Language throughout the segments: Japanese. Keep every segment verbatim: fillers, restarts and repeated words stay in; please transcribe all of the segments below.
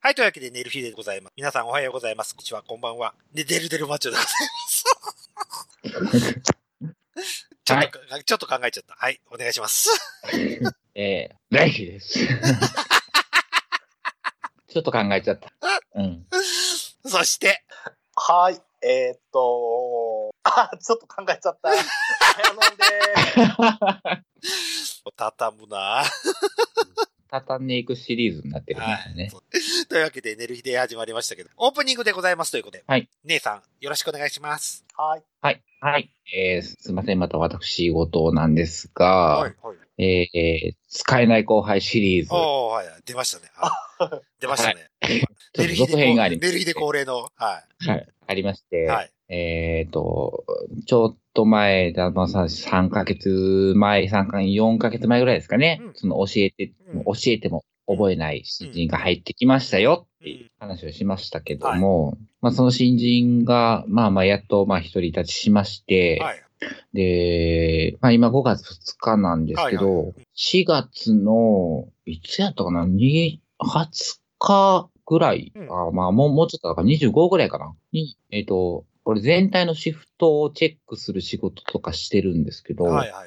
はい、というわけで、寝る日でございます。皆さんおはようございます。こんにちは、こんばんは。で、デルデルマッチョでございます。ちょっと、はい、ちょっと考えちゃった。はい、お願いします。 えー、大輝です。ちょっと考えちゃった。うん。 そして、 はい、えー、っと、あ、ちょっと考えちゃった。あやのんでーす。 畳むな畳んでいくシリーズになってるんですね。 はい、というわけで、寝る日で始まりましたけど、オープニングでございますということで、 はい。 姉さん、よろしくお願いします。 はい。 はい。はい。えー、すいません。また私事なんですが、はいはい、えー、使えない後輩シリーズ。 おー、はい。出ましたね。はい、出ましたね。はい、 ちょっと続編があります、 寝る日で恒例の、はい。 はい。ありまして、 はい。 えっ、ー、と、ちょっと前だ、まあ、さんかげつまえ、さんかげつ、よんかげつまえぐらいですかね。うん、その教えて、うん、教えても覚えない新人が入ってきましたよっていう話をしましたけども、はい、まあその新人が、まあまあやっとまあ独り立ちしまして、はい、で、まあ今ごがつふつかなんですけど、はいはい、しがつの、いつやったかな、はつかぐらい、うん、あまあもう、もうちょっとだからにじゅうごぐらいかなに、えっ、ー、と、これ全体のシフトをチェックする仕事とかしてるんですけど、はいはい、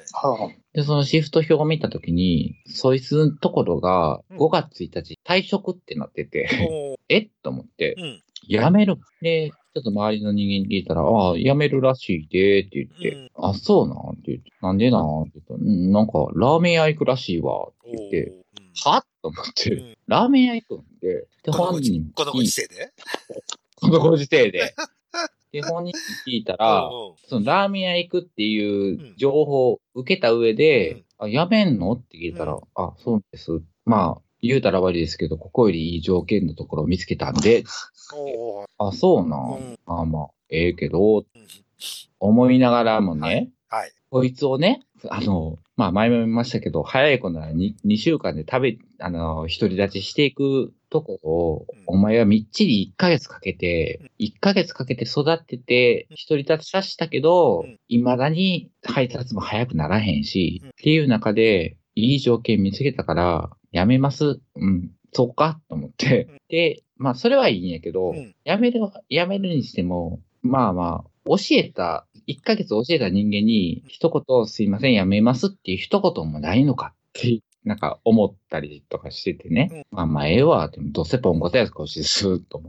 で、そのシフト表を見たときに、そいつのところがごがつついたち退職ってなってて、うん、えっと思って、うん、辞める。で、ちょっと周りの人間に聞いたら、ああ、辞めるらしいで、って言って、うん、あ、そうなんって言って、なんでなんって言ったら、うん、なんか、ラーメン屋行くらしいわ、って言って、はと思って、うん、ラーメン屋行くんで、で、本人にこのご時世でこのご時世で。で、本人に聞いたら、おうおうそのラーメン屋行くっていう情報を受けた上で、うん、あ、やめんのって聞いたら、うん、あ、そうです。まあ、言うたら悪いですけど、ここよりいい条件のところを見つけたんで、おうあ、そうなん、うん、あまあ、ええー、けど、うん、思いながらもね、はいはい、こいつをね、あの、まあ前も言いましたけど、早い子なら 2, 2週間で食べ、あの、独り立ちしていくところを、うん、お前はみっちりいっかげつかけて、うん、いっかげつかけて育てて、独り立ちさせたけど、うん、未だに配達も早くならへんし、うん、っていう中で、いい条件見つけたから、やめます。うん、そうかと思って。うん、で、まあそれはいいんやけど、うん、やめる、やめるにしても、まあまあ、教えた、いっかげつ教えた人間に、一言すいません、やめますっていう一言もないのかって、なんか思ったりとかしててね。うん、まあまあ、ええわ、でもどうせポンコツやつかしです、と思って。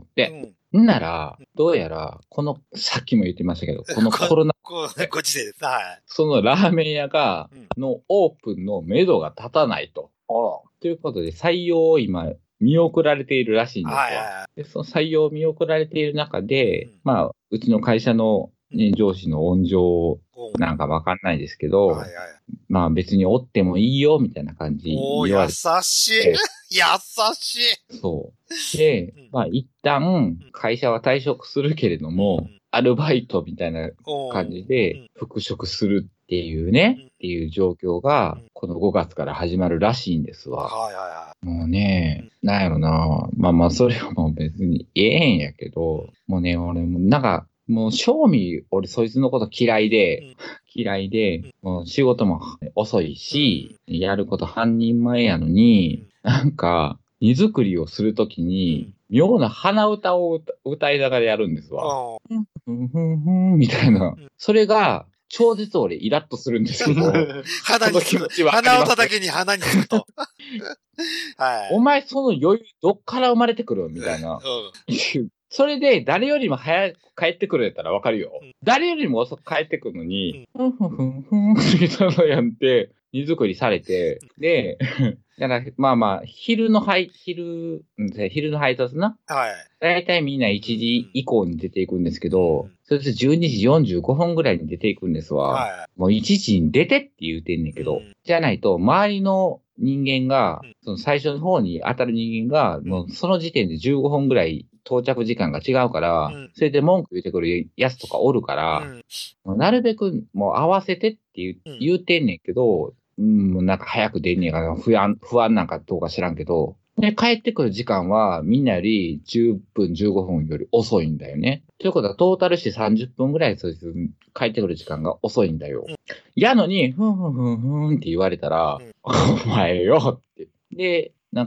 うん、んなら、どうやら、この、さっきも言ってましたけど、このコロナ、 ご時世です。はい。 そのラーメン屋が、のオープンの目処が立たないと。あら。ということで、採用を今、見送られているらしいんですよ。はいはいはい、でその採用を見送られている中で、うん、まあ、うちの会社の、ね、上司の温情なんかわかんないですけど、はいはい、まあ別におってもいいよ、みたいな感じに言われて。優しい。優しい。 そう。で、まあ一旦会社は退職するけれども、うん、アルバイトみたいな感じで復職するっていうね、っていう状況が、このごがつから始まるらしいんですわ。はいはいはい。もうね、なんやろな。まあまあ、それはもう別にええんやけど、もうね、俺もなんか、もう正味、俺そいつのこと嫌いで、嫌いで、もう仕事も遅いし、やること半人前やのに、なんか、荷造りをするときに、妙な鼻歌を歌いながらやるんですわ。ふんふんふんふんみたいな。それが、超絶俺イラッとするんですけど。 鼻につく。鼻を叩けに鼻につくと。 はい。お前その余裕どっから生まれてくるみたいな。うん、それで誰よりも早く帰ってくるやったらわかるよ。うん、誰よりも遅く帰ってくるのに、ふんふんふんふんみたいなやんて、荷造りされて、で、だからまあまあ、昼の配、昼、昼の配達な。はい。だいたいみんないちじ以降に出ていくんですけど、うん、それでじゅうにじよんじゅうごふんぐらいに出ていくんですわ。はい。もういちじに出てって言うてんねんけど、うん、じゃないと、周りの人間が、その最初の方に当たる人間が、もうその時点でじゅうごふんぐらい到着時間が違うから、うん、それで文句言ってくるやつとかおるから、うん、もうなるべくもう合わせてって言う、言うてんねんけど、うん、もうなんか早く出んねんから不安、不安なんかどうか知らんけど、で、帰ってくる時間はみんなよりじゅっぷん、じゅうごふんより遅いんだよね。ということはトータルしてさんじゅっぷんぐらいそうです帰ってくる時間が遅いんだよ。うん、やのに、ふんふんふんふんって言われたら、うん、お前よって。で、なんか、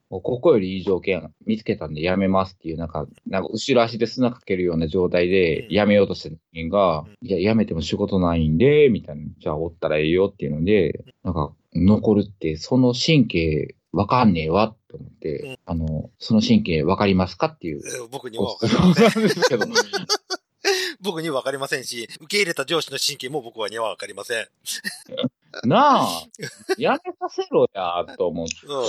ここよりいい条件見つけたんでやめますっていう、なんか、なんか後ろ足で砂かけるような状態でやめようとした人間が、うん、いや、やめても仕事ないんで、みたいな、じゃあおったらええよっていうので、なんか、残るって、その神経わかんねえわって思って、うん、あの、その神経わかりますかっていう。 僕にはわかりません。ですけど僕にはわかりませんし、受け入れた上司の神経も僕はにはわかりません。 なあ、やめさせろや、と思って。うん、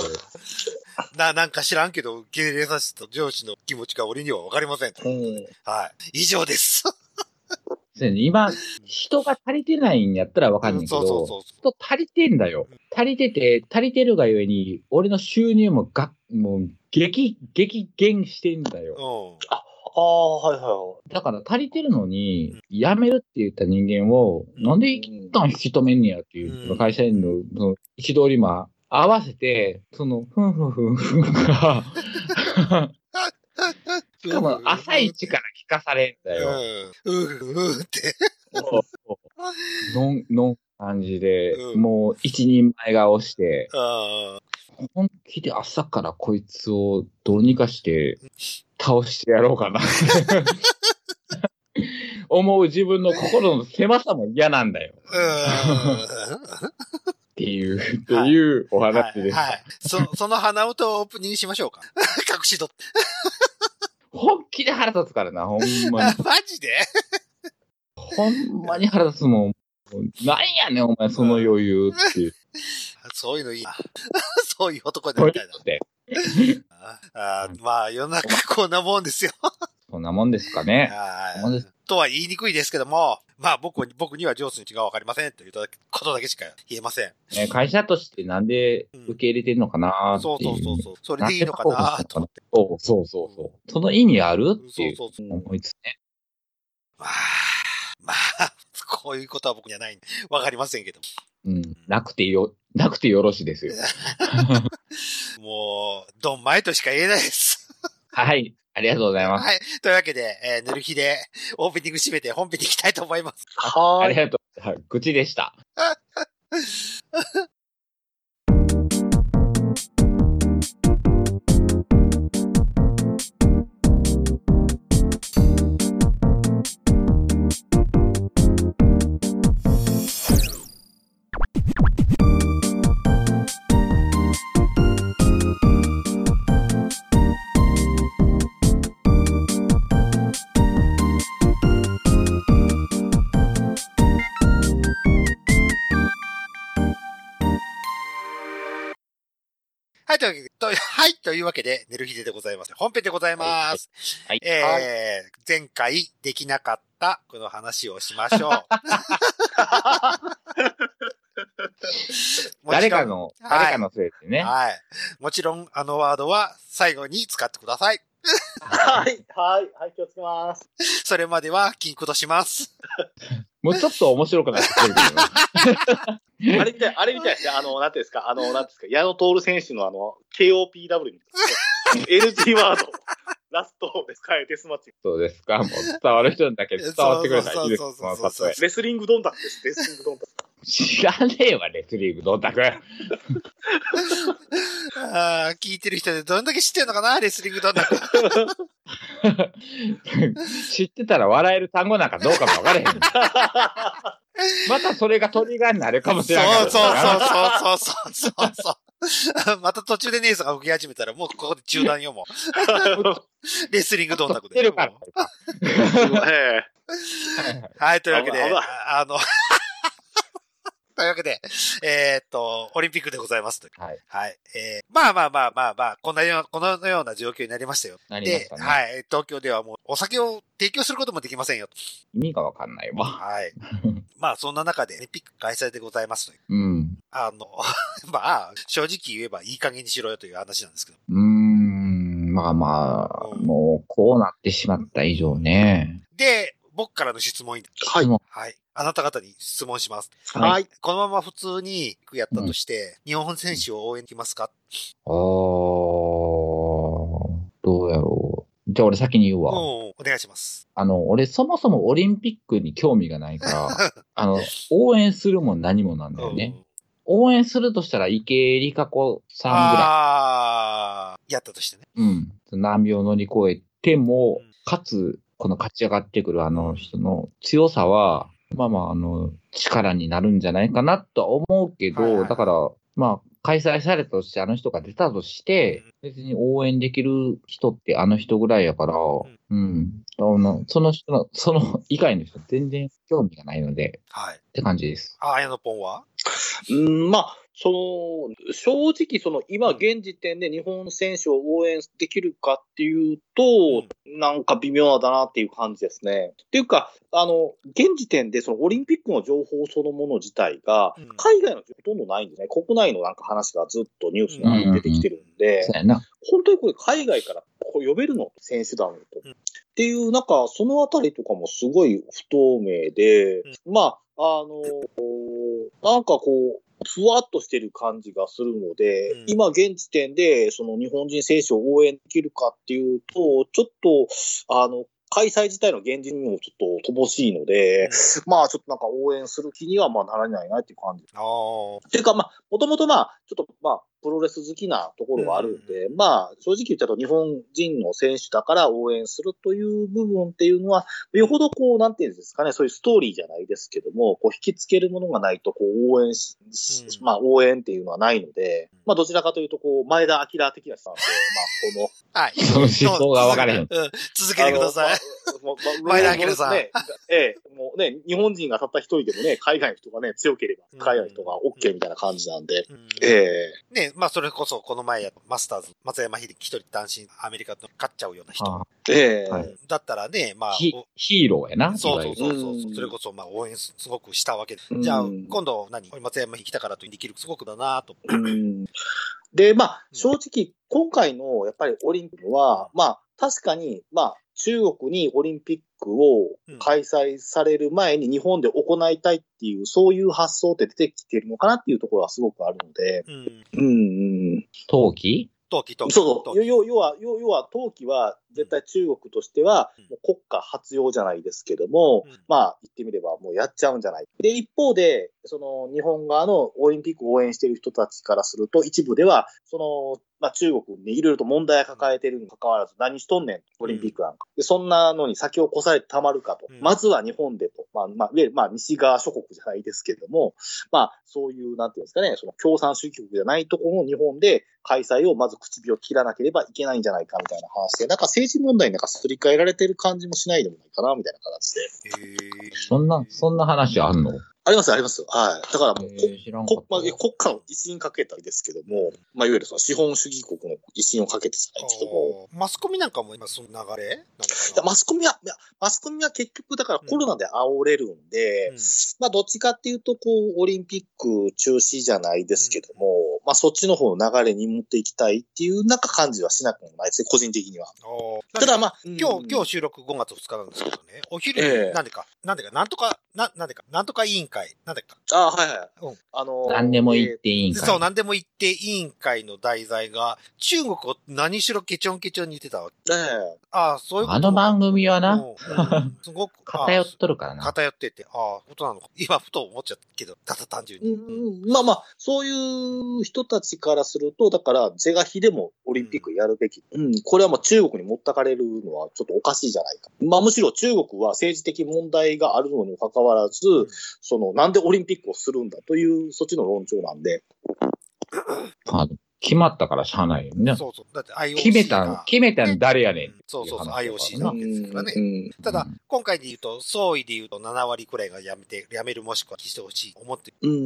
な、なんか知らんけど、受け入れさせた上司の気持ちが俺にはわかりません。うん、はい。以上です。 今、人が足りてないんやったらわかんないけど、うん、そうそうそう人足りてんだよ。足りてて、足りてるがゆえに、俺の収入もが、もう、激、激減してんだよ。うんあああ、はいはい。 だから足りてるのに、辞めるって言った人間を、なんで一旦引き止めんねやっていう、会社員の、その、憤りも合わせて、その、ふんふんふんふんが、しかも朝一から聞かされんだよ。 うん、うん、うんって。 のん、のん感じで、うん、もう一人前顔して、本気で朝からこいつをどうにかして倒してやろうかな思う自分の心の狭さも嫌なんだよ。っていう、っていうお話です。はい。はいはい、 そ, その鼻音をオープニングしましょうか。隠し撮って。 本気で腹立つからな、ほんまに。 マジでほんまに腹立つもん。なんやねん、お前、その余裕っていう。 そういうのいいな。そういう男でみたいな。ああまあ、世の中こんなもんですよ。 そんなもんですかね。 とは言いにくいですけども、まあ僕に、僕には上司の違いはわかりませんということだけしか言えません。 ね、会社としてなんで受け入れてるのかなっていう、うん。そうそうそうそう。それでいいのかなと思って。 そうそうそうそう。その意味あるっていう思いつね。 まあ、まあ、こういうことは僕にはないんで、わかりませんけど。 うん。なくてよ、なくてよろしいですよ。 もう、どんまいとしか言えないです。 はい。ありがとうございます。 はい。というわけで、えー、ぬる日でオープニング締めて本編に行きたいと思います。 はい。ありがとう。はい。愚痴でした。 はい、というわけで、とはい、というわけで、寝る日ででございます。本編でございます。はい。はい、えー、前回できなかったこの話をしましょう。 誰かの、誰かのせいですね、 はい。はい。もちろん、あのワードは最後に使ってください。 はい、はい、はい、気をつけます。 それまでは、禁句とします。 もうちょっと面白くなってくるけどあれみたい、あれみたいですね。あの、なんていうんですか、あの、なんですか、矢野徹選手のあの、ケーオーピーダブリュー みたいな、ね。エルジー ワード、ラストで使えデスマッチ。 そうですか。もう伝わる人だけ伝わってくれたらいいですか。 レスリングドンタクです。レスリングドンタク。 知らねえわ、レスリングドンタク。 あ聞いてる人でどんだけ知ってるのかな、レスリングドンタク。 知ってたら笑える単語なんかどうかも分かれへん。またそれがトリガーになるかもしれない。 そうそうそうそうそうそうそう。また途中で姉さんが受け始めたらもうここで中断よ、もう。レスリングドンタクで。はい、というわけで、あの、というわけで、えー、っと、オリンピックでございますと。はい。はい。えー、まあまあまあまあまあ、こんなような、このような状況になりましたよ。 なりましたね。 で、はい。東京ではもうお酒を提供することもできませんよ。 意味がわかんないわ。 はい。まあ、そんな中でオリンピック開催でございますという。 うん。 あの、まあ、正直言えばいい加減にしろよという話なんですけど。 うーん。まあまあ、うん、もう、こうなってしまった以上ね。 で、僕からの質問に。 はい。 はい。あなた方に質問します。はい。このまま普通にやったとして、うん、日本選手を応援できますか？ああ、どうやろう。じゃあ俺先に言うわ。 お願いします。 あの、俺そもそもオリンピックに興味がないから、あの、応援するも何もなんだよね。応援するとしたら池江璃花子さんぐらい。あやったとしてね。 うん。難病を乗り越えても、うん、かつ、この勝ち上がってくるあの人の強さは、まあまあ、あの、力になるんじゃないかなとは思うけど、はいはいはい、だから、まあ、開催されたとして、あの人が出たとして、うん、別に応援できる人ってあの人ぐらいやから、うん。うん、あのその人の、その以外の人全然興味がないので、はい。って感じです。 あ、あやのぽんはうん、まあ、その、正直、その、今、現時点で日本選手を応援できるかっていうと、うん、なんか微妙だなっていう感じですね。っていうか、あの、現時点で、その、オリンピックの情報そのもの自体が、海外の情報ほとんどないんですね。国内のなんか話がずっとニュースに出てきてるんで、うんうんうん、本当にこれ、海外からこう呼べるの選手団と。うん、っていう、なんか、そのあたりとかもすごい不透明で、うん、まあ、あの、なんかこう、ふわっとしてる感じがするので、うん、今現時点でその日本人選手を応援できるかっていうと、ちょっと、あの、開催自体の現実にもちょっと乏しいので、うん、まあちょっとなんか応援する気にはまあならないなっていう感じ。あっていうかまあ、もともとまあ、ちょっとまあ、プロレス好きなところがあるんで、うん、まあ、正直言っちゃうと日本人の選手だから応援するという部分っていうのは、よほどこう、なんていうんですかね、そういうストーリーじゃないですけども、こう引きつけるものがないと、こう応援し、うん、まあ応援っていうのはないので、まあどちらかというと、こう、前田明的なスタンスで、まあこの、 はい。その思想が分かれへん。 うん。続けてください。まま、前田明さん。 ね、ええ、もうね、日本人がたった一人でもね、海外の人がね、強ければ、海外の人が OK みたいな感じなんで、うんうん、ええー。ね、まあそれこそこの前やマスターズ、松山英樹一人単身アメリカと勝っちゃうような人。ええーはい、だったらね、まあ。 ヒーローやな。 そうそうそうそう。うん、それこそまあ応援すごくしたわけで。うん、じゃあ、今度何松山英樹来たからとできるすごくだなと。 うんで、まあ、正直、今回のやっぱりオリンピックは、まあ、確かに、まあ、中国にオリンピックを開催される前に日本で行いたいっていう、そういう発想って出てきてるのかなっていうところはすごくあるので。うん。うん。 冬季冬季、冬季。 そうそう。要は、要は、冬季は絶対中国としては、もう国家発用じゃないですけども、うん、まあ、言ってみればもうやっちゃうんじゃない。で、一方で、その日本側のオリンピックを応援している人たちからすると、一部では、その、まあ中国にいろいろと問題を抱えているにもかかわらず、何しとんねん、オリンピックなんか。で、そんなのに先を越されてたまるかと。うん、まずは日本でと。まあ、まあ、いわゆる、まあ、西側諸国じゃないですけども、まあ、そういう、なんていうんですかね、その共産主義国じゃないところの日本で開催をまず口火を切らなければいけないんじゃないかみたいな話で、なんか政治問題になんかすり替えられてる感じもしないでもないかな、みたいな形で。 へそんな、そんな話あんの？ あります、あります。はい。だからもう、こまあ、国家の威信かけたりですけども、まあ、いわゆるその資本主義国の威信をかけてじゃないですけども。 マスコミなんかも今その流れなのかな？マスコミは、いや、マスコミは結局だからコロナで煽れるんで、うん、まあ、どっちかっていうと、こう、オリンピック中止じゃないですけども、うん、まあ、そっちの方の流れに持っていきたいっていうなんか感じはしなくもないですね、個人的には。 ただまあ、今日、今日収録ごがつふつかなんですけどね、お昼に、なんでか、えー、なんでか、なんとか、な、なんでか、なんとか委員会、なんでか。 ああ、はいはい。うん。あのー、何でも言って委員会。 そう、何でも言って委員会の題材が、中国を何しろケチョンケチョンに言ってたわけ。ええー。ああ、そういうこと。 あの番組はな、うんうん、 すごく。 偏っとるからな。 偏ってて、ああ、ことなのか。今、ふと思っちゃったけど、ただ単純に。 うん、まあまあ、そういう人たちからすると、だから、是が非でもオリンピックやるべき。うん、うん、これはもう中国に持ったかれるのはちょっとおかしいじゃないか。まあむしろ中国は政治的問題があるのにもかかわらず、うん、その、なんでオリンピックをするんだという、そっちの論調なんで。 あ決まったからしゃあないよね。 そうそう。だって アイオーシー決めたん、決めたん誰やねん。 そうそうそう。アイオーシー なわけですからね。うん、ただ、今回で言うと、総意で言うとななわりくらいがやめて、やめるもしくはしてほしいと思ってる。うん。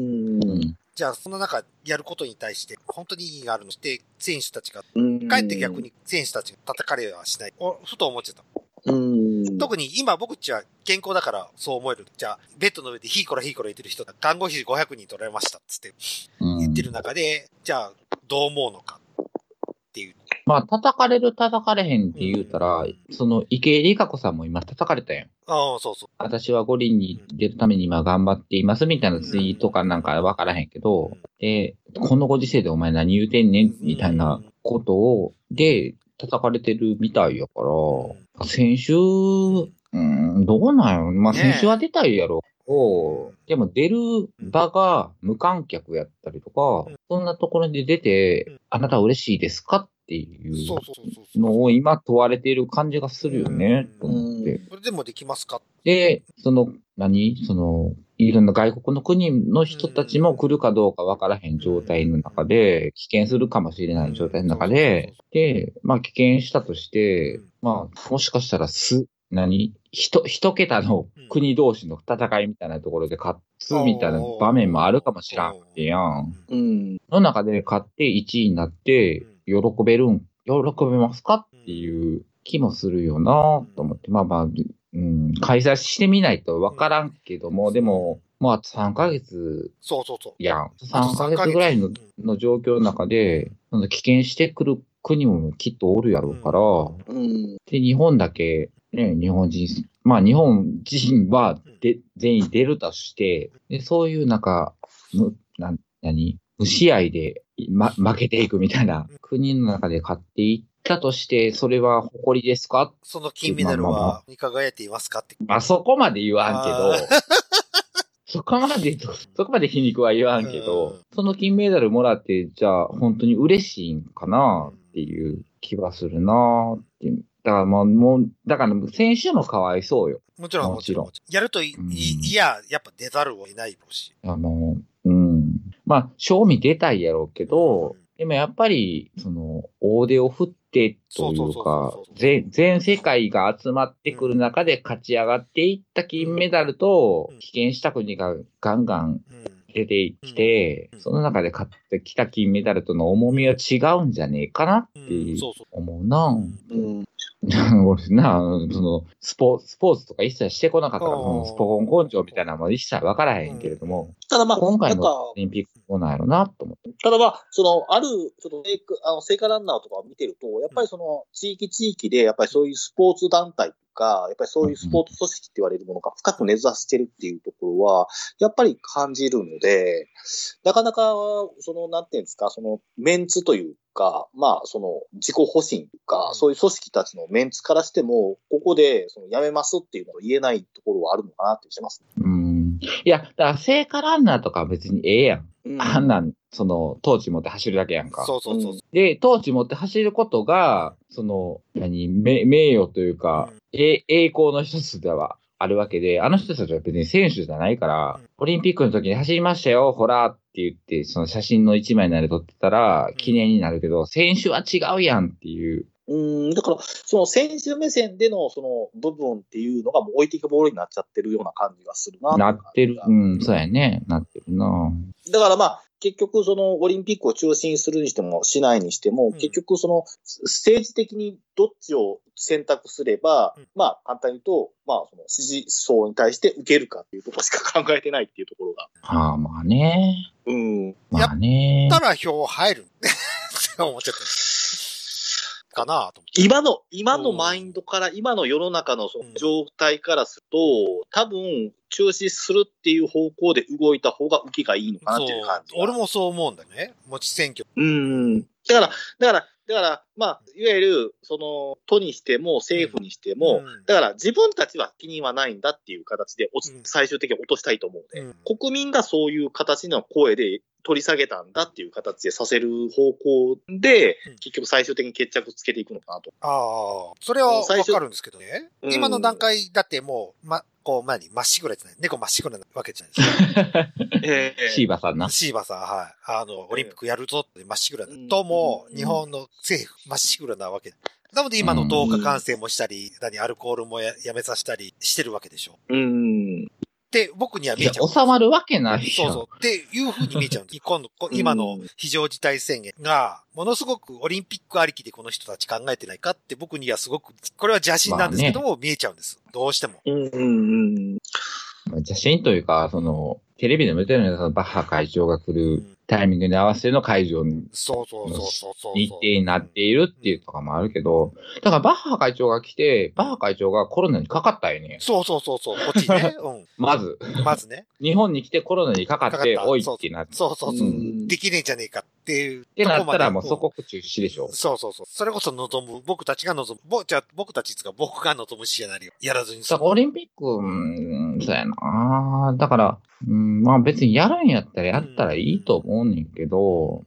じゃあ、その中、やることに対して、本当に意義があるのして、選手たちが、かえって逆に選手たちが叩かれはしない。ふと思っちゃった。うん特に今僕っちは健康だからそう思える。じゃあ、ベッドの上でヒーコラヒーコラ言ってる人が看護師ごひゃくにん取られましたっつって言ってる中で、じゃあ、どう思うのかっていう。 まあ、叩かれる叩かれへんって言うたら、うん、その池江璃花子さんも今叩かれたやん。 ああ、そうそう。 私は五輪に出るために今頑張っていますみたいなツイートかなんかわからへんけど、うん、で、このご時世でお前何言うてんねんみたいなことを、で、叩かれてるみたいやから、うん、先週、うん、どうなんやろ。まあ、先週は出たいやろ。ね、でも出る場が無観客やったりとか、うん、そんなところで出て、うん、あなた嬉しいですかっっていうのを今問われている感じがするよね、と思って。 それでもできますか？ で、その、何その、いろんな外国の国の人たちも来るかどうかわからへん状態の中で、棄権するかもしれない状態の中で、で、まあ棄権したとして、まあ、もしかしたらす、何一、一桁の国同士の戦いみたいなところで勝つみたいな場面もあるかもしらんってやん。うん。の中で勝っていちいになって、喜べるん、喜べますかっていう気もするよなと思って。まあまあ、うん、開催してみないとわからんけども、でも、もうあとさんかげつ。 そうそうそう。 やん。さんかげつぐらいの、の状況の中で、その棄権してくる国もきっとおるやろうから、うん、で、日本だけ、ね、日本人、まあ日本人はで全員出るとして、でそういうなんか、むな何無試合で、ま、負けていくみたいな国の中で勝っていったとして、それは誇りですか？ その金メダルはに輝いていますかって。 まあそこまで言わんけど、そこまで、そこまで皮肉は言わんけど、その金メダルもらって、じゃあ本当に嬉しいんかなっていう気はするなっていう。だからもう、もう、だから選手もかわいそうよ。 もちろん、もちろん。やるとい、うん、いや、やっぱ出ざるを得ないし。 あの、うん。まあ、賞味出たいやろうけど、うん、でもやっぱり、その、大手を振ってというか、全、全世界が集まってくる中で勝ち上がっていった金メダルと、棄権した国がガンガン出てきて、その中で勝ってきた金メダルとの重みは違うんじゃねえかなって思うな。うん俺な、その、スポ、スポーツとか一切してこなかったから、そのスポコン根性みたいなのも一切わからへんけれども、ただまあ、今回のオリンピックもなんやろな、と思って。 ただまあ、その、ある、その、あの、聖火ランナーとかを見てると、やっぱりその、地域地域で、やっぱりそういうスポーツ団体とか、やっぱりそういうスポーツ組織って言われるものが深く根ざしてるっていうところは、やっぱり感じるので、なかなか、その、なんていうんですか、その、メンツというか、まあ、その、自己保身とか、そういう組織たちのメンツからしても、ここで、その、やめますっていうのを言えないところはあるのかなってしてます、 ね。うん。いや、だから、聖火ランナーとかは別にええやん。うん、あんなん、その、トーチ持って走るだけやんか。 そうそうそう。 で、トーチ持って走ることが、その、何、名誉というか、うん、栄光の一つではあるわけで、あの人たちは別に選手じゃないから、うん、オリンピックの時に走りましたよ、ほらって言って、その写真の一枚になり撮ってたら、記念になるけど、うん、選手は違うやんっていう。 うん、だから、その選手目線でのその部分っていうのがもう置いていくボールになっちゃってるような感じがするな。 なってる。うん、そうやね。なってるな。 だからまあ、結局そのオリンピックを中止にするにしてもしないにしても、うん、結局その政治的にどっちを選択すれば、うん、まあ簡単に言うと、まあその支持層に対して受けるかっていうところしか考えてないっていうところが。 はあ、まあね。 うん。 まあね。 やったら票入るって思っちゃった。かなと今の、今のマインドから、今の世の中のその状態からすると、うん、多分、中止するっていう方向で動いた方が受けがいいのかなっていう感じ。 俺もそう思うんだよね。持ち選挙。 うん。だから、だから、だから、まあ、いわゆる、その、都にしても、政府にしても、うん、だから自分たちは責任はないんだっていう形で、うん、最終的に落としたいと思うので、うん、国民がそういう形の声で取り下げたんだっていう形でさせる方向で、うん、結局最終的に決着つけていくのかなと。 ああ、それはわかるんですけどね。今の段階だってもう、ま、こう、何まっしぐらですね。猫まっしぐらなわけじゃないですか。 えー、シーバさんな。 シーバさん、はい。あの、オリンピックやるぞってまっしぐらな。えー、とも、日本の政府まっしぐらなわけ。なので今の動画観戦もしたり、何、アルコールも や, やめさせたりしてるわけでしょ。 うん。 で、僕には見えちゃう。 収まるわけないそうそう。っていう風に見えちゃうんです。今度、今の非常事態宣言が、ものすごくオリンピックありきでこの人たち考えてないかって僕にはすごく、これは邪心なんですけども、まあね、見えちゃうんです。どうしても。 うんうんうん。 邪心というか、その、テレビで見てるのはバッハ会長が来るタイミングに合わせての会場の日程になっているっていうとかもあるけど、だからバッハ会長が来て、バッハ会長がコロナにかかったよね。 そうそうそうそう、こっちね。うん、 まず。 まずね。 日本に来てコロナにかかって、おいってなって。 そうそうそう。うん、できねえじゃねえかっていう。 ってなったらもう祖国中止でしょ。 そうそうそう。それこそ望む、僕たちが望む、ぼじゃあ僕たちつか僕が望むシナリオ。やらずにする。だからオリンピック、うん、そうやな。だから、うん、まあ別にやるんやったらやったらいいと思うねんけど、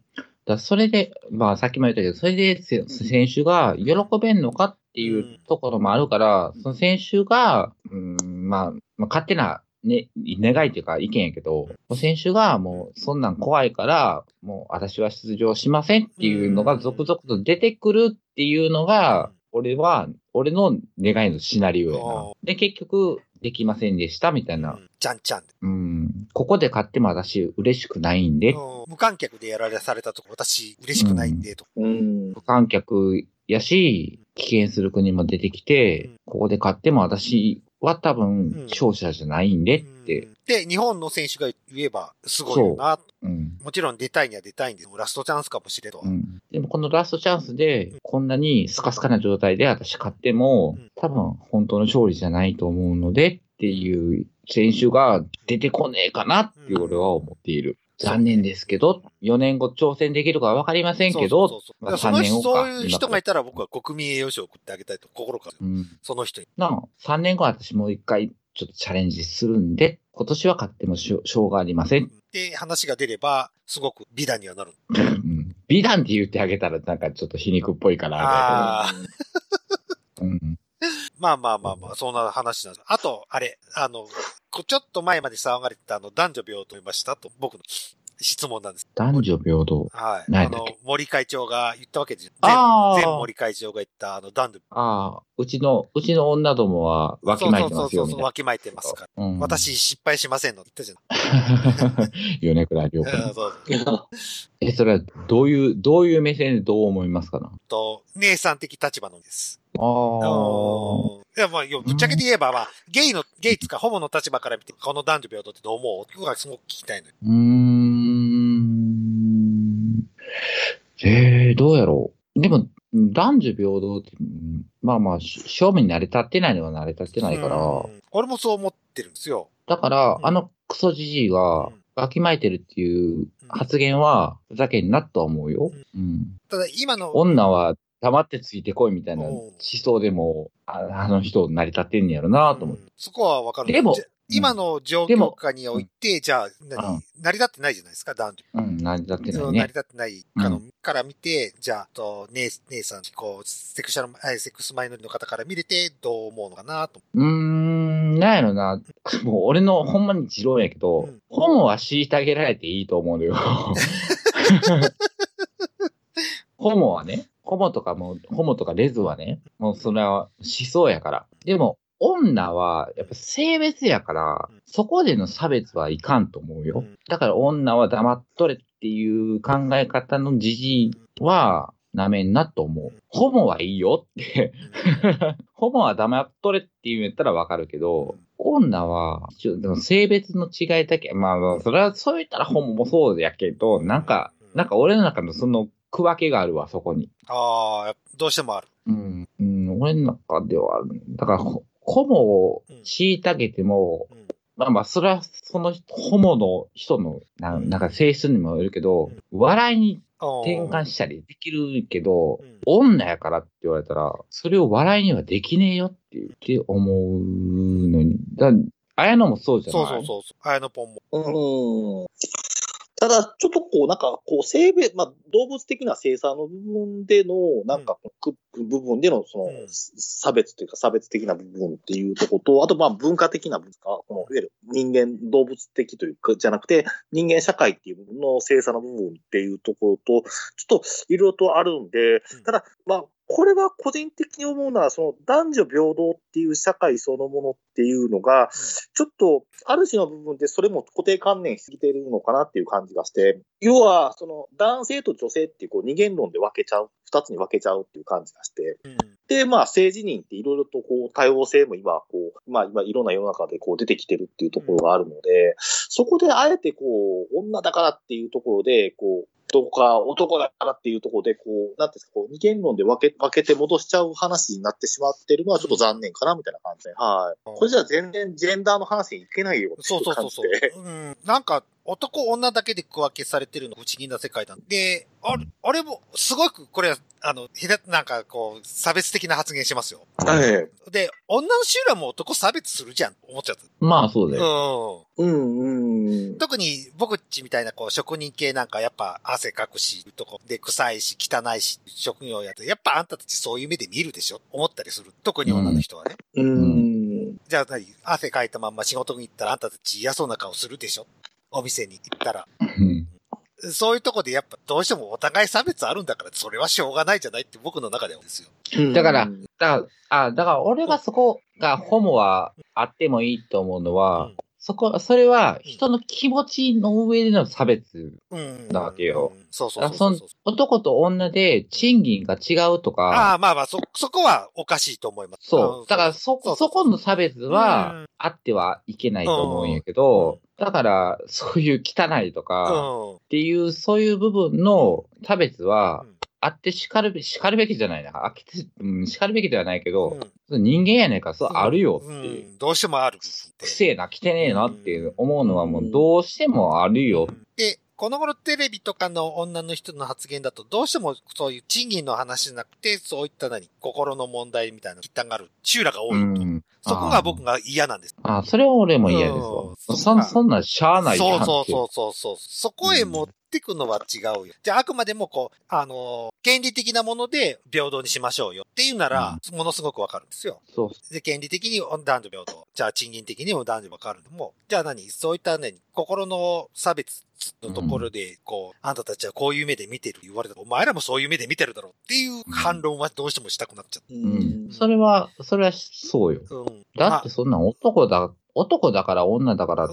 だそれで、まあさっきも言ったけど、それで選手が喜べんのかっていうところもあるから、うん、その選手が、うん、まあ、まあ、勝手な、ね、願いというか意見やけど、選手がもうそんなん怖いから、もう私は出場しませんっていうのが続々と出てくるっていうのが、俺は、俺の願いのシナリオやな。で、結局、できませんでした、みたいな。うん、 じゃんちゃん。 うん。ここで勝っても私、嬉しくないんで。 無観客でやられされたとこ、私、嬉しくないんで、と。 うん。無観客やし、棄権する国も出てきて、うん、ここで勝っても私は多分、勝者じゃないんでって、うんうん。 で、日本の選手が言えば、すごいよな。 うん、 もちろん出たいには出たいんです。ラストチャンスかもしれんと、 うん。でもこのラストチャンスで、こんなにスカスカな状態で私勝っても、多分本当の勝利じゃないと思うのでっていう選手が出てこねえかなって俺は思っている。残念ですけど、よねんご挑戦できるかはわかりませんけど、 さんねんごか。そういう人がいたら僕は国民栄誉賞を送ってあげたいと心から、うん、その人に。 なあ、さんねんごは私もう一回ちょっとチャレンジするんで、今年は勝ってもしょうがありません。 で、話が出れば、すごく美談にはなる。 うん、美談って言ってあげたらなんかちょっと皮肉っぽいからああ。うん、まあまあまあまあ、そんな話なんです。あと、あれ、あの、ちょっと前まで騒がれてたあの、男女平等いましたと、僕の質問なんです。 男女平等。 はい。あの、森会長が言ったわけですよ。前、前森会長が言ったあの、男女。 ああ、うちの、うちの女どもはわきまえてますよ。そうそうそう、 わきまえてますから。うん、私失敗しませんのって言ったじゃん。 米倉涼子。そうそうえ、それはどういう、どういう目線でどう思いますかなと、姉さん的立場のです。 ああ。 いや、まあ、ぶっちゃけて言えば、まあ、ゲイの、ゲイつか、ホモの立場から見て、この男女平等ってどう思うっていうのがすごく聞きたいのよ。 うーん。ええー、どうやろう。でも、男女平等って、まあまあ、正面に慣れ立ってないのは慣れ立ってないから。 俺もそう思ってるんですよ。 だから、うん、あのクソじじいが、わきまえてるっていう発言は、ふざけんなとは思うよ。うん。うん、 ただ、今の。 女は、黙ってついてこいみたいな思想でも、あ, あの人成り立ってんやろなと思って、うん。 そこはわかる。でも、今の状況下において、じゃあ、何、うん、成り立ってないじゃないですか、男女。 うん、成り立ってないね。 成り立ってないかの、うん、から見て、じゃあ、と、姉、姉さん、こう、セクシャル、セックスマイノリティの方から見れて、どう思うのかなと。 うーん、なんやろな。もう俺のほんまに持論やけど、うん、ホモは虐げられていいと思うのよ。ホモはね、ホモとかも、ホモとかレズはね、もうそれは思想やから。でも、女は、やっぱ性別やから、そこでの差別はいかんと思うよ。だから女は黙っとれっていう考え方のじじいは、なめんなと思う。ホモはいいよって。ホモは黙っとれって言うんやったらわかるけど、女は、でも性別の違いだけ、まあ、それはそう言ったらホモもそうやけど、なんか、なんか俺の中のその、区分けがあるわ、そこに。 ああ、どうしてもある。 うん。うん、俺の中ではある。だから、ホモを虐げても、うんうん、まあまあ、それはそのホモの人のな、なんか性質にもよるけど、うん、笑いに転換したりできるけど、うん、女やからって言われたら、それを笑いにはできねえよって言って思うのに。だ綾野もそうじゃない？ そうそうそうそう。綾野ポンも。 うん。ただ、ちょっとこう、なんか、こう、生命、まあ、動物的な生産の部分での、なんか、うん、部分での、その、うん、差別というか、差別的な部分っていうところと、あと、まあ、文化的な部分か、この、いわゆる人間、動物的というか、じゃなくて、人間社会っていう部分の生産の部分っていうところと、ちょっと、いろいろとあるんで、ただ、まあ、これは個人的に思うのは、その男女平等っていう社会そのものっていうのが、ちょっと、ある種の部分でそれも固定観念しすぎているのかなっていう感じがして、要は、その男性と女性っていうこう二元論で分けちゃう、二つに分けちゃうっていう感じがして、うん、で、まあ政治人っていろいろとこう多様性も今、こう、まあ今いろんな世の中でこう出てきてるっていうところがあるので、うん、そこであえてこう、女だからっていうところで、こう、とか、男だからっていうところで、こう、なんていうんですか、こう、二元論で分け、分けて戻しちゃう話になってしまってるのはちょっと残念かな、みたいな感じで。はい。これじゃ全然ジェンダーの話にいけないよっていう感じで。 そうそうそうそう。うん。なんか、 男女だけで区分けされてるの不思議な世界なんで、あれ、あれも、すごく、これは、あの、ひだ、なんかこう、差別的な発言しますよ。 はい。 で、女の集団も男差別するじゃん、思っちゃった。 まあ、そうだよ。 うん。うんうん。 特に、僕っちみたいな、こう、職人系なんか、やっぱ、汗かくし、とこで、臭いし、汚いし、職業やって、やっぱあんたたちそういう目で見るでしょ思ったりする。特に女の人はね。 うん。うんじゃあ何汗かいたまんま仕事に行ったら、あんたたち嫌そうな顔するでしょお店に行ったら。そういうとこでやっぱどうしてもお互い差別あるんだから、それはしょうがないじゃないって僕の中ではですよ。 だから、だから、あ、だから俺がそこがホモはあってもいいと思うのは、うん、そこ、それは人の気持ちの上での差別なわけよ。 そうそうそうそう。 男と女で賃金が違うとか。 ああ、まあまあ、そ、そこはおかしいと思います。 そう。だからそ、そこの差別はあってはいけないと思うんやけど、だから、そういう汚いとか、っていう、そういう部分の差別は、あって叱るべき、叱るべきじゃないな。あきて、うん、叱るべきではないけど、うん、人間やねんから、そうあるよっていう、 うん。どうしてもある。 くせえな、来てねえなっていう思うのはもうどうしてもあるよ。 で、この頃テレビとかの女の人の発言だと、どうしてもそういう賃金の話じゃなくて、そういった何、心の問題みたいな、一端がある集落が多いと。うん、そこが僕が嫌なんです。 ああ、それは俺も嫌ですわ。うん、そ、そんなしゃあないじゃん。 そうそうそうそう。そこへ持ってくのは違うよ。じゃああくまでもこう、あのー、権利的なもので平等にしましょうよっていうなら、うん、ものすごくわかるんですよ。 そう。 で、権利的に男女平等。じゃあ賃金的にも男女わかるのも、じゃあ何そういったね、心の差別のところで、こう、うん、あんたたちはこういう目で見てる言われたら、お前らもそういう目で見てるだろうっていう反論はどうしてもしたくなっちゃった。 うん。それは、それはそうよ。うん、だってそんな男だ、男だから女だからって、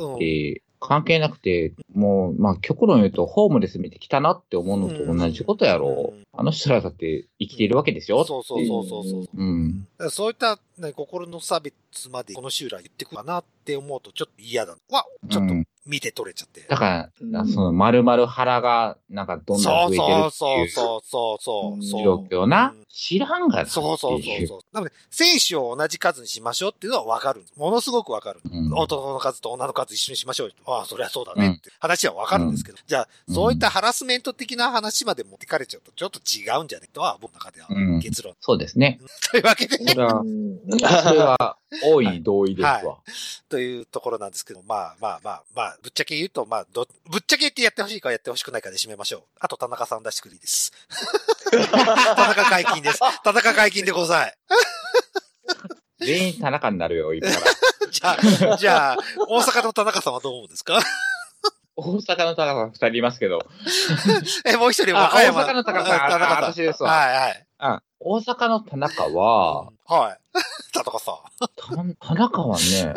関係なくて、もう、まあ、極論言うと、ホームレス見てきたなって思うのと同じことやろう。うん、あの人らだって生きているわけですよ。 そうそうそうそうそう。 うん。 そういった、ね、心の差別までこの集落言ってくるかなって思うとちょっと嫌だ。わ、ちょっと見て取れちゃって。 だから、うん、その丸々腹がなんかどんどん増えてるっていう。 そうそうそうそうそう。 状況な。うん、知らんがな。 そうそうそうそう。なので、選手を同じ数にしましょうっていうのはわかる。ものすごくわかる。うん、男の数と女の数一緒にしましょう。ああ、そりゃそうだねって話はわかるんですけど。うん、じゃあ、そういったハラスメント的な話まで持ってかれちゃうとちょっと違うんじゃねとは僕の中では結論。うん、 そうですね。 というわけで。 それは、それは、大い同意ですわ、はいはい。 というところなんですけど、まあまあまあまあ、ぶっちゃけ言うと、まあど、ぶっちゃけってやってほしいかやってほしくないかで締めましょう。あと田中さん出してくれいいです。田中解禁です。田中解禁でござい。 全員田中になるよ、今から。 じゃあ、じゃあ、大阪の田中さんはどう思うんですか？ 大阪の田中さん二人いますけど。 え、もう一人和歌山。 大阪の田中さん。 田中さん。 私ですわ。 はいはい。 あ、大阪の田中は、 うん、はい。田中さん。田中はね、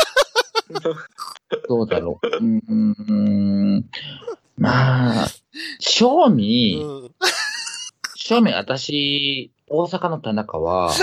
どうだろう。うーん。まあ、正味、うん、正味私、大阪の田中は、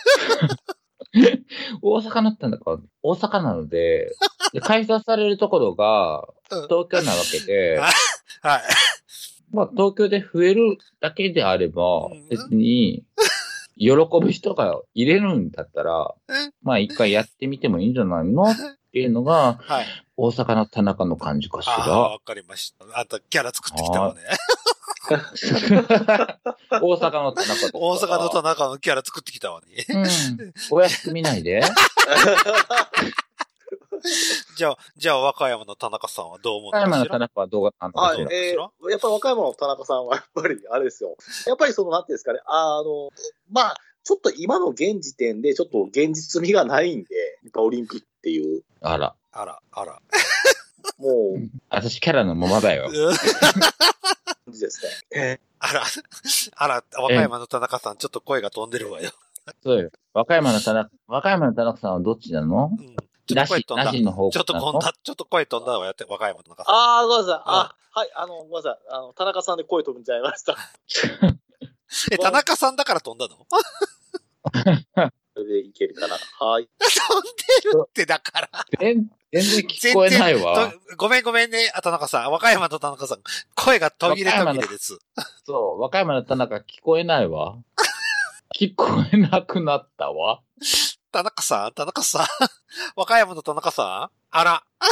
大阪の田中は大阪なので、で開催されるところが東京なわけで、 はい。 まあ東京で増えるだけであれば、別に、喜ぶ人が入れるんだったら、まあ一回やってみてもいいんじゃないのっていうのが、はい、大阪の田中の感じかしら。 ああ、わかりました。あんたキャラ作ってきたわね。 大阪の田中と大阪の田中のキャラ作ってきたわね。 うん。お安く見ないで。 じゃあ、じゃあ、和歌山の田中さんはどう思うんですか？ 和歌山の田中はどうかなはい、えー、やっぱり和歌山の田中さんは、やっぱり、あれですよ。やっぱりその、なんていうんですかね、あの、まあ、ちょっと今の現時点で、ちょっと現実味がないんで、やっぱオリンピックっていう。 あら。 あら、あら。 もう。私キャラのままだよ。 感じですね。 あら、あら、和歌山の田中さん、ちょっと声が飛んでるわよ。 そうよ。和歌山の田中、和歌山の田中さんはどっちなの？うん。 ちょっと声飛んだ。 なしの方ちょっと飛んだ、ちょっと声飛んだわやって、和歌山の田中さん。 ああ、ごめんなさい。あ、はい、あの、ごめんなさい。あの、田中さんで声飛んじゃいました。 え、田中さんだから飛んだの？ それでいけるかな。はい。 飛んでるってだから。 全然聞こえないわ。 ごめんごめんね、田中さん。和歌山の田中さん。声が途切れ途切れです。 そう、和歌山の田中聞こえないわ。聞こえなくなったわ。 田中さん田中さん和歌山の田中さんあら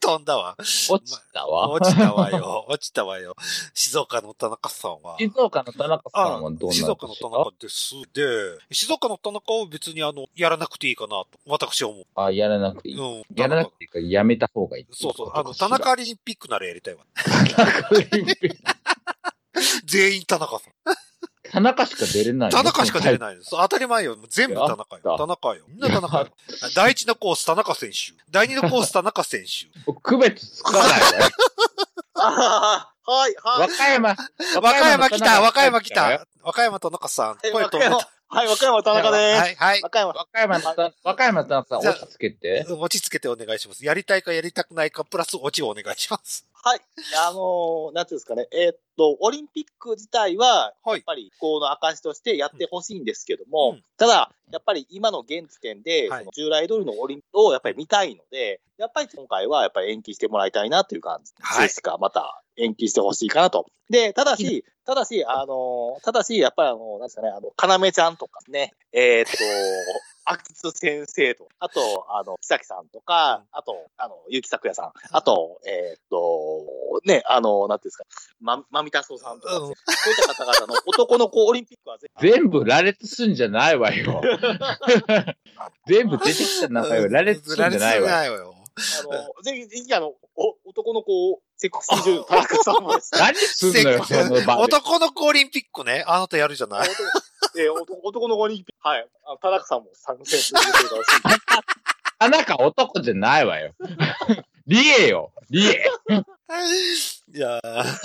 飛んだわ。 落ちたわ。 落ちたわよ。落ちたわよ。静岡の田中さんは。 静岡の田中さんはどうなんですか？ 静岡の田中です。で、静岡の田中は別にあの、やらなくていいかなと、私は思う。 あ、やらなくていい。 うん。 やらなくていいか、やめた方がいい。 そうそう。あの、田中オリンピックならやりたいわ。 田中オリンピック。 全員田中さん。 田中しか出れない。 田中しか出れないです。当たり前よ。全部田中よ。田中よ。みんな田中よ。第一のコース田中選手。第二のコース田中選手。 区別つかないわよ。 ああ、はい、はい。 和歌山。 和歌山来た、和歌山来た。和歌山田中さん。声止めた。 はい、和歌山田中です。 はい、はい。 和歌山。 和歌山、和歌山田中さん、落ち着けて。 落ち着けてお願いします。やりたいかやりたくないか、プラス落ちをお願いします。 はい。あのー、なんていうんですかね。えー、っと、オリンピック自体は、やっぱり、この証としてやってほしいんですけども、うん、ただ、やっぱり今の現時点で、はい、その従来通りのオリンピックをやっぱり見たいので、やっぱり今回はやっぱり延期してもらいたいなという感じですか、はい、また延期してほしいかなと。で、ただし、ただし、あのー、ただし、やっぱりあの、なんですかね、あの、かなめちゃんとかね、えー、っと、秋津先生と、あと、あの、木崎さんとか、あと、あの、結城咲也さん、あと、えー、っと、ね、あの、なんていうんですか、ま、まみたそうさんとか、うん、そういった方々の男の子オリンピックは全部羅列すんじゃないわよ。全部出てきた中よ、羅列すんじゃないわよ。 あの、ぜひ、ぜひ、あの、お、男の子を、セクシー女優、田中さんもです。 何すんのよ、その場で。 男の子オリンピックね。あなたやるじゃない。 えー、男の子オリンピック。はい。あの田中さんも参戦する予定が欲しい。 田中男じゃないわよ。リエよ、リエ。 いやー。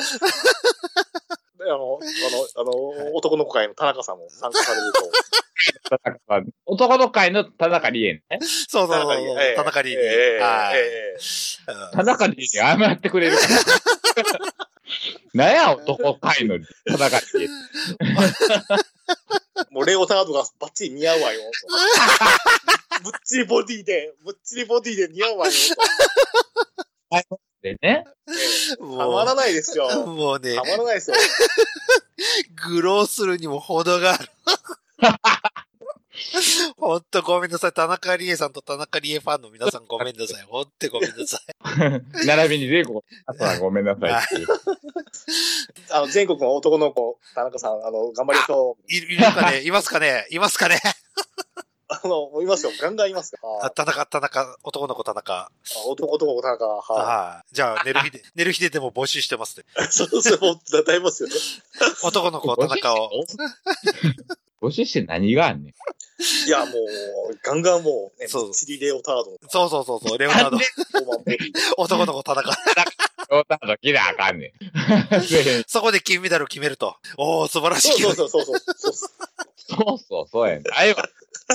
あの、あの、あの、男の子会の田中さんも参加されると。 男の会の田中理恵ね。 そうそうそう。田中理恵。はい。 田中理恵に謝ってくれるから。なんや、男会の田中理恵。 もうレオタードがバッチリ似合うわよ。ぶっちりボディで、ぶっちりボディで似合うわよ。 でね。 たまらないですよ。 もうね。 たまらないですよ。 愚弄するにも程がある。ほんとごめんなさい。田中理恵さんと田中理恵ファンの皆さんごめんなさい。ほんとごめんなさい。 並びにレゴ、あとはごめんなさいっていう。 あの、全国の男の子、田中さん、あの、頑張りましょう。 いる、いるかねいますかねいますかねあの、いますよ。ガンガンいますよ。 あ、田中、田中、男の子田中。 あ、男、男の子田中。はい。 はい。じゃあ、寝る日で、寝る日ででも募集してますね。 そうそう、もう、だいぶますよね。 男の子田中を。 募集して何があんねん。 いや、もう、ガンガンもう、ね、そう。チリレオタード。 そうそうそうそう、レオタード。男の子田中。 レオタード切らあかんねん。 そこで金メダルを決めると。おー、素晴らしい。 そうそうそうそう。そうそうそう、そうやねん。あいわ。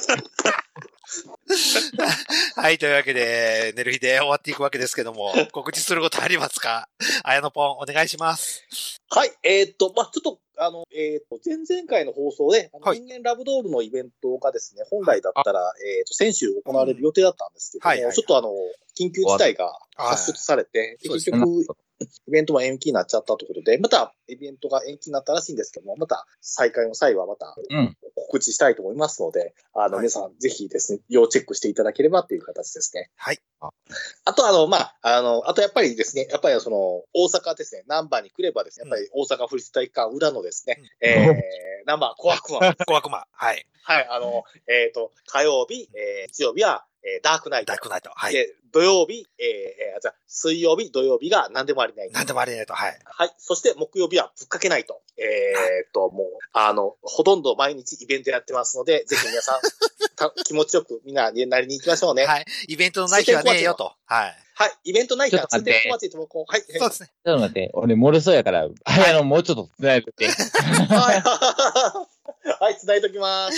はい、というわけで、寝る日で終わっていくわけですけども、告知することありますか？綾野ポン、お願いします。 はい、えー、っと、まあ、ちょっと、あの、えー、っと、前々回の放送で、あの、はい、人間ラブドールのイベントがですね、本来だったら、えー、っと、先週行われる予定だったんですけども、うんはいはいはい、ちょっとあの、緊急事態が発出されて、結局、イベントも延期になっちゃったということで、またイベントが延期になったらしいんですけども、また再開の際はまた告知したいと思いますので、うん、あの、はい、皆さんぜひですね、要チェックしていただければという形ですね。 はい。 あとあの、まあ、あの、あとやっぱりですね、やっぱりその、大阪ですね、ナンバーに来ればですね、やっぱり大阪府立体育館裏のですね、うん、えー、ナンバー小悪魔。 小悪魔。はい。 はい、あの、えっ、ー、と、火曜日、えー、日曜日は、えー、ダークナイト。 ダークナイト。はい。 で、土曜日、えー、じゃ水曜日、土曜日が何でもありないと。 何でもありないと。はい。 はい。そして木曜日はぶっかけないと。えー、っと、もう、あの、ほとんど毎日イベントやってますので、ぜひ皆さん、た気持ちよくみんなになりに行きましょうね。 はい。イベントのない日はねえよと。はい。 はい。イベントない日は通天小町ともこう、はい。 そうですね。 ちょっと待って、俺漏れそうやから、はい、あの、もうちょっと繋いでて。 はい。はい、繋いときます。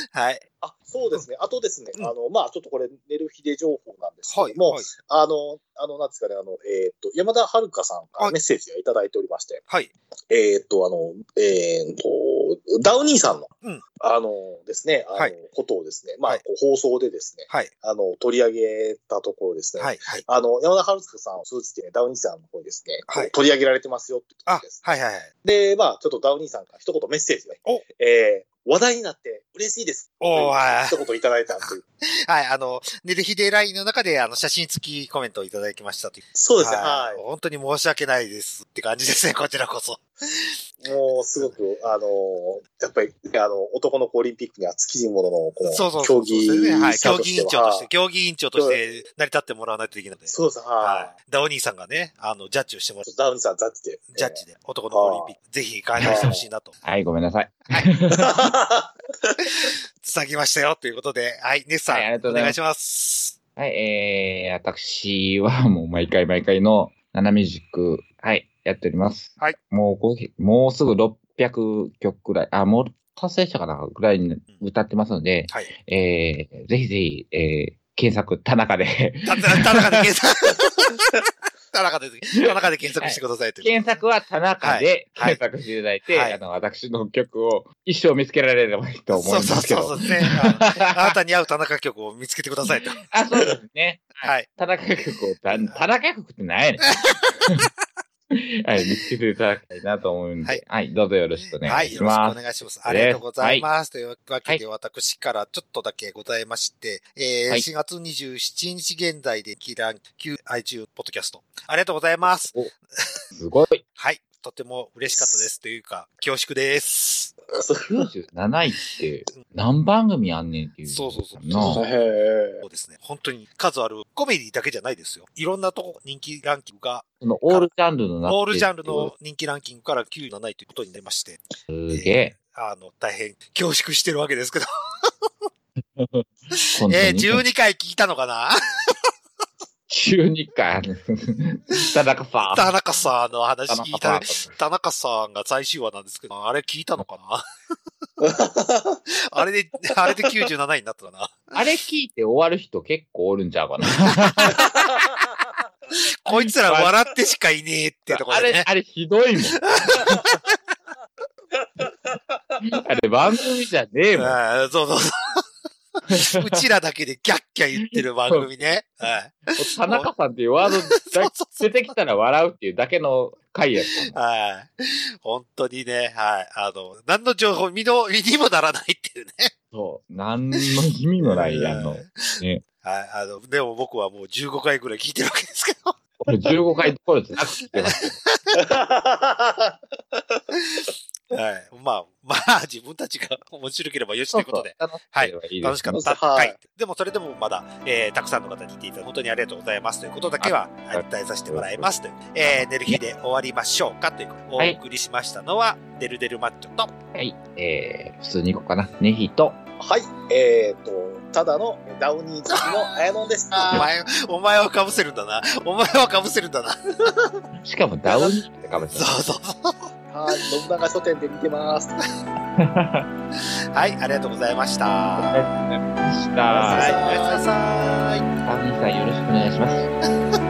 はい。 あ、そうですね。あとですね、うん、あの、まあ、ちょっとこれ、寝る日で情報なんですけども、はいはい、あの、あの、なんですかね、あの、えー、っと、山田遥さんからメッセージをいただいておりまして、 はい。 えー、っと、あの、えー、っと、ダウニーさんの、うん、あのですね、あの、はい、ことをですね、まあ、はい、こう放送でですね、はい、あの、取り上げたところですね、はい、はい、あの、山田遥さんを通じて、ね、ダウニーさんの方にですね、はい、取り上げられてますよってことです、ね。 はいはいはい。 で、まあ、ちょっとダウニーさんから一言メッセージね、えー、話題になって嬉しいです。 おー、 一言いただいたという。 はい、あの、ネルヒデラインの中で、あの、写真付きコメントをいただきましたという。 そうですね、はい。 本当に申し訳ないですって感じですね、こちらこそ。 もう、すごく、あの、やっぱり、あの、男の子オリンピックには尽きるものの、この、競技、 そうね、はい、競技委員長として、競技委員長として成り立ってもらわないといけないので。 そうです、はい。 ダウニーさんがね、あの、ジャッジをしてもらう。 ダウニーさん、ジャッジで。 ジャッジで、男の子オリンピック、ぜひ開催してほしいなと。 はい、ごめんなさい。はい。 つなぎましたよ、ということで、はい、ネスさん、はい、ありがとうございます。お願いします。 はい、えー、私はもう毎回毎回のナナミュージック、はい、やっております。 はい。 もう、もうすぐろっぴゃくきょくくらい、あ、もう達成したかなぐらいに歌ってますので、 はい。 えー、ぜひぜひ、えー、検索、田中で。 田中で検索。田中で、田中で検索してくださいという、 はい。検索は田中で検索していただいて、はいはい、あの、私の曲を一生見つけられればいいと思いますけど。 そうそうそうそうですね。あなたに合う田中曲を見つけてくださいと。 あ、そうですね。 はい。 田中曲を、田中曲って何やねん。はい、見つけていただきたいなと思うんで、はい、はい、どうぞよろしくお願いします。 はい、よろしくお願いします。ありがとうございます。というわけで、私からちょっとだけございまして、えーはい、しがつにじゅうしちにち現在でキラン iTunes ポッドキャスト。ありがとうございます。 すごい。 はい。とても嬉しかったです。というか、恐縮です。 きゅうじゅうなないって何番組あんねんっていう。 そうそうそう。 そうですね。本当に数あるコメディだけじゃないですよ。いろんなとこ人気ランキングが。 そのオールジャンルのオールジャンルの人気ランキングからきゅうじゅうなないということになりまして。 すげえ。 あの、大変恐縮してるわけですけど。えー、じゅうにかい聞いたのかなじゅうにかい。田中さん。 田中さんの話聞いた。田中さんが最終話なんですけど、あれ聞いたのかなあれで、あれできゅうじゅうなないになったかな。 あれ聞いて終わる人結構おるんちゃうかな。 こいつら笑ってしかいねえってところで、ね。 あれ、あれひどいもん。あれ番組じゃねえもん。 あそうそうそう。うちらだけでキャッキャ言ってる番組ね。はい。 田中さんっていうワード出てきたら笑うっていうだけの回やった。 はい。本当にね、はい。あの、何の情報、身の、身にもならないっていうね。 そう。何の意味もない、あの、ね。 はい。あの、でも僕はもうじゅうごかいぐらい聞いてるわけですけど。 俺じゅうごかいどころじゃなく聞いてますよ。 はい。まあ、まあ、自分たちが面白ければよしということで。 そうそうはい。楽しかった。はい。でも、それでもまだ、えー、たくさんの方に聞いていただき、本当にありがとうございますということだけは、伝えさせてもらいますという。えー、寝る日で終わりましょうかということで、お送りしましたのは、デルデルマッチョと、 はい。えー、普通に行こうかな。ネヒと、 はい。えーと、ただのダウニー好きのあやのんです。 お前、お前は被せるんだな。お前は被せるんだな。 しかもダウニーって被せる。 そうそうそう。 はい。信長書店で見てます。 はい。ありがとうございました。 ありがとうございました。 はい。おやすみなさい。 ダウニーさんよろしくお願いします。